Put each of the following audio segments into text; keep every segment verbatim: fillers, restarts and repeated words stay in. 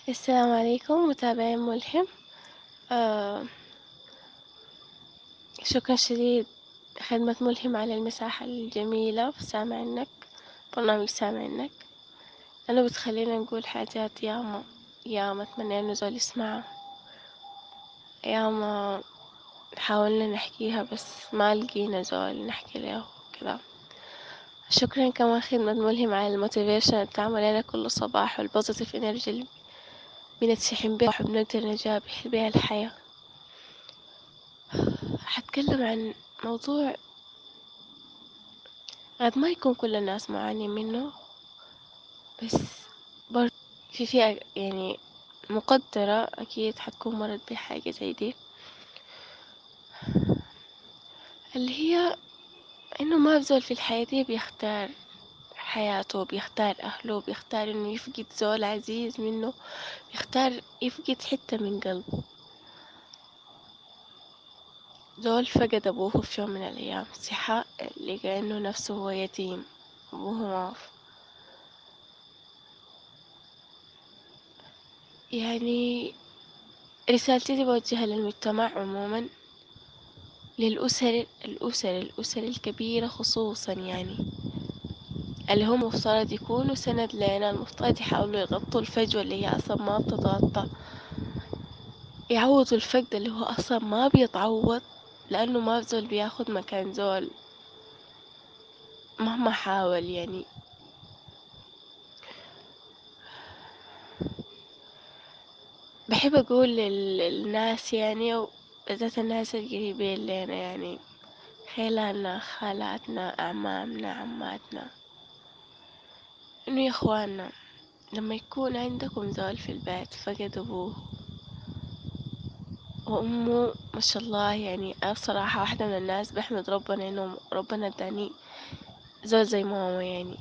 السلام عليكم متابعين ملهم. آه شكرا شديد خدمة ملهم على المساحة الجميلة في سامع إنك برنامج سامع إنك. أنا بتخلينا نقول حاجات ياما ياما أتمنى إنه زول يسمعها، ياما حاولنا نحكيها بس ما لقينا زول نحكي له كده. شكرا كمان خدمة ملهم على الموتيفيشن اللي بتعمل لنا كل صباح والبوزيتيف انرجي اللي بنتشحن بيها وبنقدر نجابح بيها الحياة. حتكلم عن موضوع قد ما يكون كل الناس معاني منه، بس برضه في فئة يعني مقدرة أكيد حتكون مرت بحاجة زي دي، اللي هي إنه ما بزول في الحياة دي بيختار حياته، بيختار أهله، بيختار إنه يفقد زول عزيز منه، بيختار يفقد حتة من قلبه. زول فقد أبوه في يوم من الأيام صحة، لقى إنه نفسه هو يتيم، أبوه معه. يعني رسالتي دي بوجهها للمجتمع عموما، للأسر الأسر الأسر الكبيرة خصوصا، يعني اللي هم مفترض يكونوا سند لنا، المفترض يحاولوا يغطوا الفجوة اللي هي أصلا ما بتتغطى، يعوضوا الفقد اللي هو أصلا ما بيتعوض، لأنه ما زول بياخد مكان زول مهما حاول. يعني بحب أقول لل- للناس، يعني بالذات الناس القريبين لنا، يعني خيلاننا، خالاتنا، أعمامنا، عماتنا، إنه يا إخواننا لما يكون عندكم زول في البيت فقد أبوه وأمه، ما شاء الله، يعني أنا بصراحة واحدة من الناس بحمد ربنا إنه ربنا اداني زول زي ماما. يعني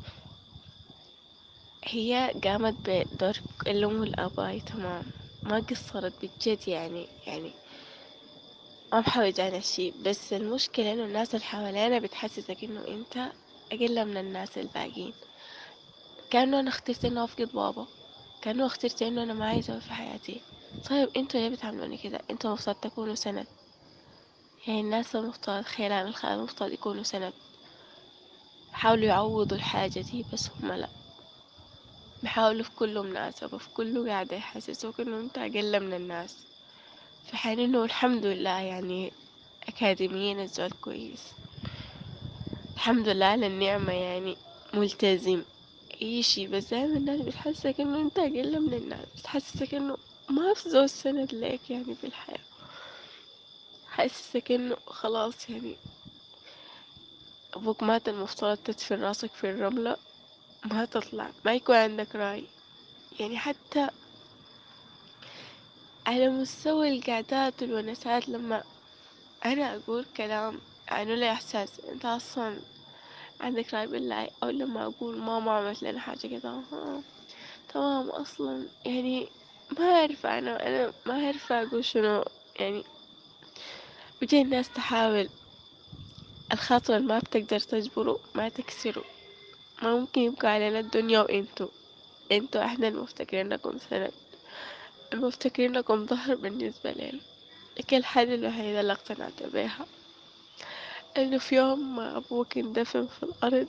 هي قامت بدور الأم والآباء تمام، ما قصرت بجد. يعني يعني ما بحاول عن الشي، بس المشكلة إنه الناس اللي حوالينا بتحسسك إنه أنت أقل من الناس الباقيين، كأنه أنا اخترت إنه أفقد بابا، كأنه اخترت إنه أنا ما عايزة في حياتي. طيب انتوا ليه بتعملوني كده؟ انتوا المفروض تكونوا سند، يعني الناس المفترض خيران الخير المفترض يكونوا سند، حاولوا يعوضوا الحاجة دي، بس هم لا، بيحاولوا في كل مناسبة في كله قاعدة يحسسوك انه انت اقل من الناس، في حين انه الحمد لله يعني اكاديميين الزول كويس، الحمد لله على النعمة، يعني ملتزم اي شي، بس دايما الناس بتحسسك انه انت اقل من الناس، بتحسسك انه ما في زول سند ليك يعني في الحياة، حسسك انه خلاص يعني أبوك مات المفترض تدفن راسك في الرملة، ما تطلع، ما يكون عندك رأي. يعني حتى على مستوى القعدات والونسات، لما أنا أقول كلام عنه له إحساس أنت أصلا عندك رأي بالله، أو لما أقول ماما عملت لنا حاجة كده، ها تمام أصلا، يعني ما أعرف، أنا أنا ما أعرف أقول شنو. يعني بجي الناس تحاول، الخاطر اللي ما بتقدر تجبره ما تكسره، ما ممكن يبقى علينا الدنيا وإنتو انتوا احنا المفتكرين لكم سند، المفتكرين لكم ظهر بالنسبة لنا. لكن الحاجة الوحيدة اللي اقتنعت بيها انه في يوم ما ابوك اندفن في الارض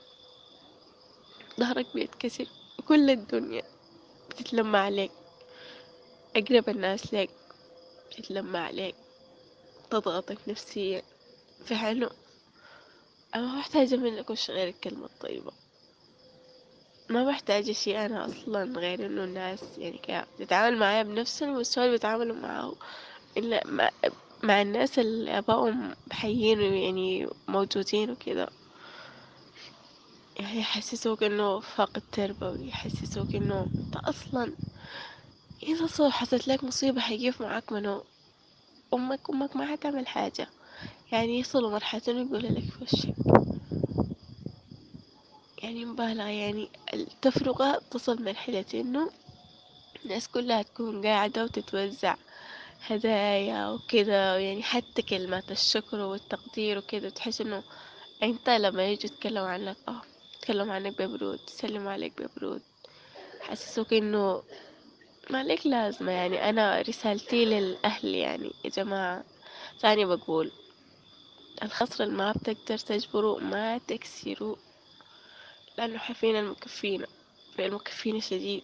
ظهرك بيتكسر، كل الدنيا بتتلمع عليك، اقرب الناس ليك بتتلمع عليك، تضغطك نفسيا، في حينه انا ما محتاجة منك وش غير الكلمة الطيبة، ما محتاجة شي انا اصلا غير انه الناس يعني كده تتعامل معايا بنفس المستوى اللي بيتعاملوا معاه، إلا مع, مع الناس اللي آبائهم حيين يعني موجودين وكده، يعني يحسسوك إنه فاقد تربوي، يحسسوك إنه أنت أصلا إذا صار حصلت لك مصيبة حيقف معاك منو؟ أمك أمك ما حتعمل حاجة. يعني يصلوا مرحلة إنه يقولوا لك في وشك، يعني مبالغة، يعني التفرقة تصل مرحلة إنه الناس كلها تكون قاعدة وتتوزع هدايا وكده، يعني حتى كلمات الشكر والتقدير وكده تحس إنه انت لما يجي يتكلم عنك اه يتكلم عنك ببرود، يسلم عليك ببرود، حسسوك انه ما لك لازمة يعني. أنا رسالتي للأهل يعني يا جماعة، تاني بقول، الخصر اللي ما بتقدر تجبره ما تكسره، لأنه حفينا المكفينا في المكفينا شديد.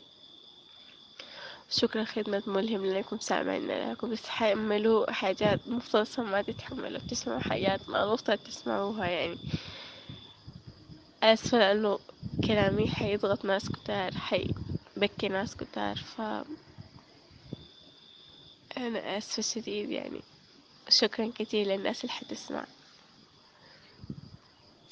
شكرا خدمة ملهم لأنكم سامعين لكم، بس حيعملوا حاجات مفترض ما تتحملوا، بتسمعوا حاجات ما مفترض تسمعوها يعني. آسفة لأنه كلامي حيضغط ناس كتار، حيبكي ناس كتار، ف أنا آسفة شديد يعني. شكرا كتير للناس اللي حتسمع.